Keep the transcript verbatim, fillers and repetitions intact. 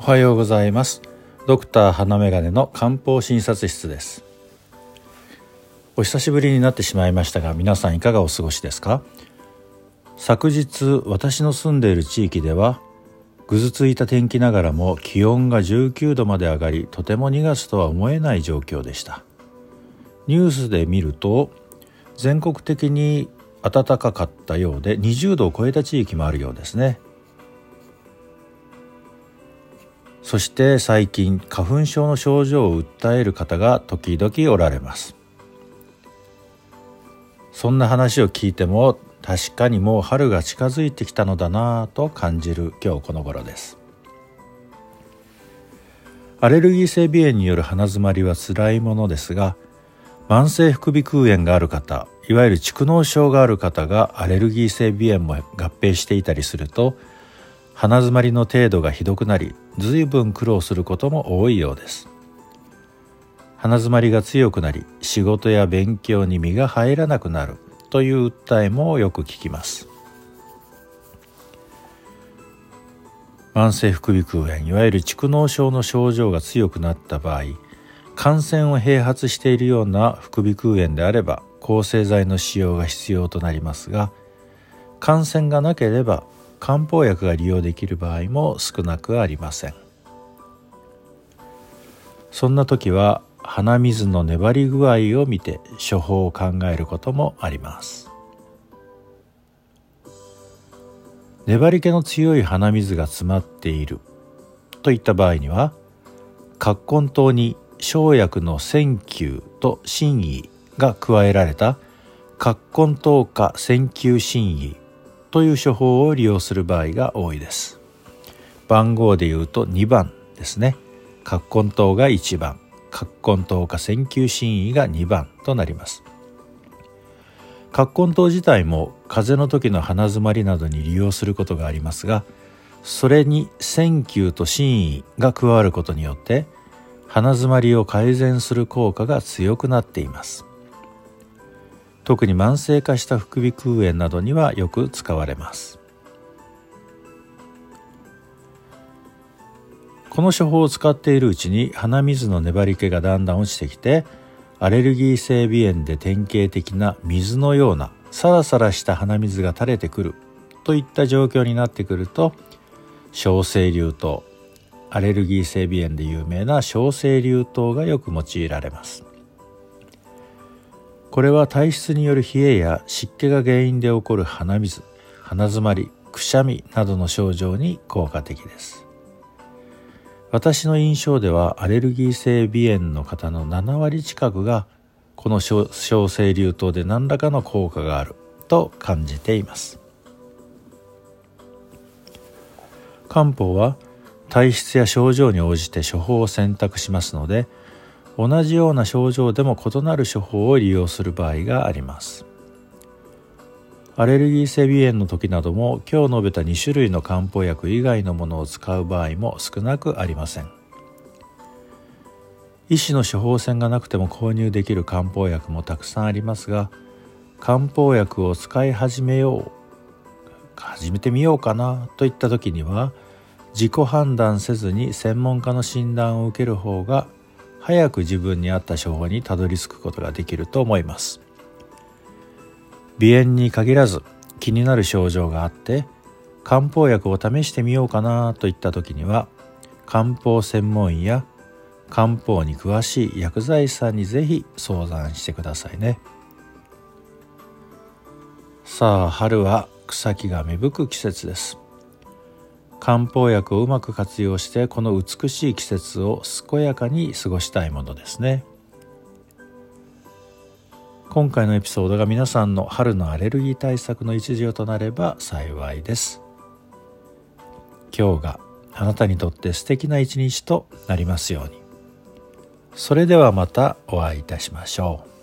はようございます。ドクター花眼鏡の漢方診察室です。お久しぶりになってしまいましたが、皆さんいかがお過ごしですか？昨日私の住んでいる地域ではぐずついた天気ながらも気温がじゅうきゅうどまで上がり、とてもにがつとは思えない状況でした。ニュースで見ると全国的に暖かかったようでにじゅうどを超えた地域もあるようですね。そして最近花粉症の症状を訴える方が時々おられます。そんな話を聞いても確かにもう春が近づいてきたのだなぁと感じる今日この頃です。アレルギー性鼻炎による鼻づまりは辛いものですが、慢性副鼻腔炎がある方、いわゆる蓄膿症がある方がアレルギー性鼻炎も合併していたりすると、鼻づまりの程度がひどくなり、随分苦労することも多いようです。鼻づまりが強くなり、仕事や勉強に身が入らなくなるという訴えもよく聞きます。慢性副鼻腔炎、いわゆる蓄膿症の症状が強くなった場合、感染を併発しているような副鼻腔炎であれば抗生剤の使用が必要となりますが、感染がなければ漢方薬が利用できる場合も少なくありません。そんな時は鼻水の粘り具合を見て処方を考えることもあります。粘り気の強い鼻水が詰まっているといった場合には、葛根湯に生薬の線球と真意が加えられた葛根湯化線球真意という処方を利用する場合が多いです。番号でいうとにばんですね。葛根湯がいちばん、葛根湯化線球真意がにばんとなります。葛根湯自体も風邪の時の鼻づまりなどに利用することがありますが、それに線球と真意が加わることによって鼻づまりを改善する効果が強くなっています。特に慢性化した副鼻腔炎などにはよく使われます。この処方を使っているうちに鼻水の粘り気がだんだん落ちてきて、アレルギー性鼻炎で典型的な水のようなサラサラした鼻水が垂れてくるといった状況になってくると、小生竜湯、アレルギー性鼻炎で有名な小生竜湯がよく用いられます。これは体質による冷えや湿気が原因で起こる鼻水、鼻づまり、くしゃみなどの症状に効果的です。私の印象ではアレルギー性鼻炎の方のななわり近くがこの小生竜湯で何らかの効果があると感じています。漢方は体質や症状に応じて処方を選択しますので、同じような症状でも異なる処方を利用する場合があります。アレルギー性鼻炎の時なども今日述べたにしゅるいの漢方薬以外のものを使う場合も少なくありません。医師の処方箋がなくても購入できる漢方薬もたくさんありますが、漢方薬を使い始めよう、始めてみようかなといった時には、自己判断せずに専門家の診断を受ける方が早く自分に合った処方にたどり着くことができると思います。鼻炎に限らず気になる症状があって漢方薬を試してみようかなといった時には、漢方専門医や漢方に詳しい薬剤師さんにぜひ相談してくださいね。さあ、春は草木が芽吹く季節です。漢方薬をうまく活用してこの美しい季節を健やかに過ごしたいものですね。今回のエピソードが皆さんの春のアレルギー対策の一助となれば幸いです。今日があなたにとって素敵な一日となりますように。それではまたお会いいたしましょう。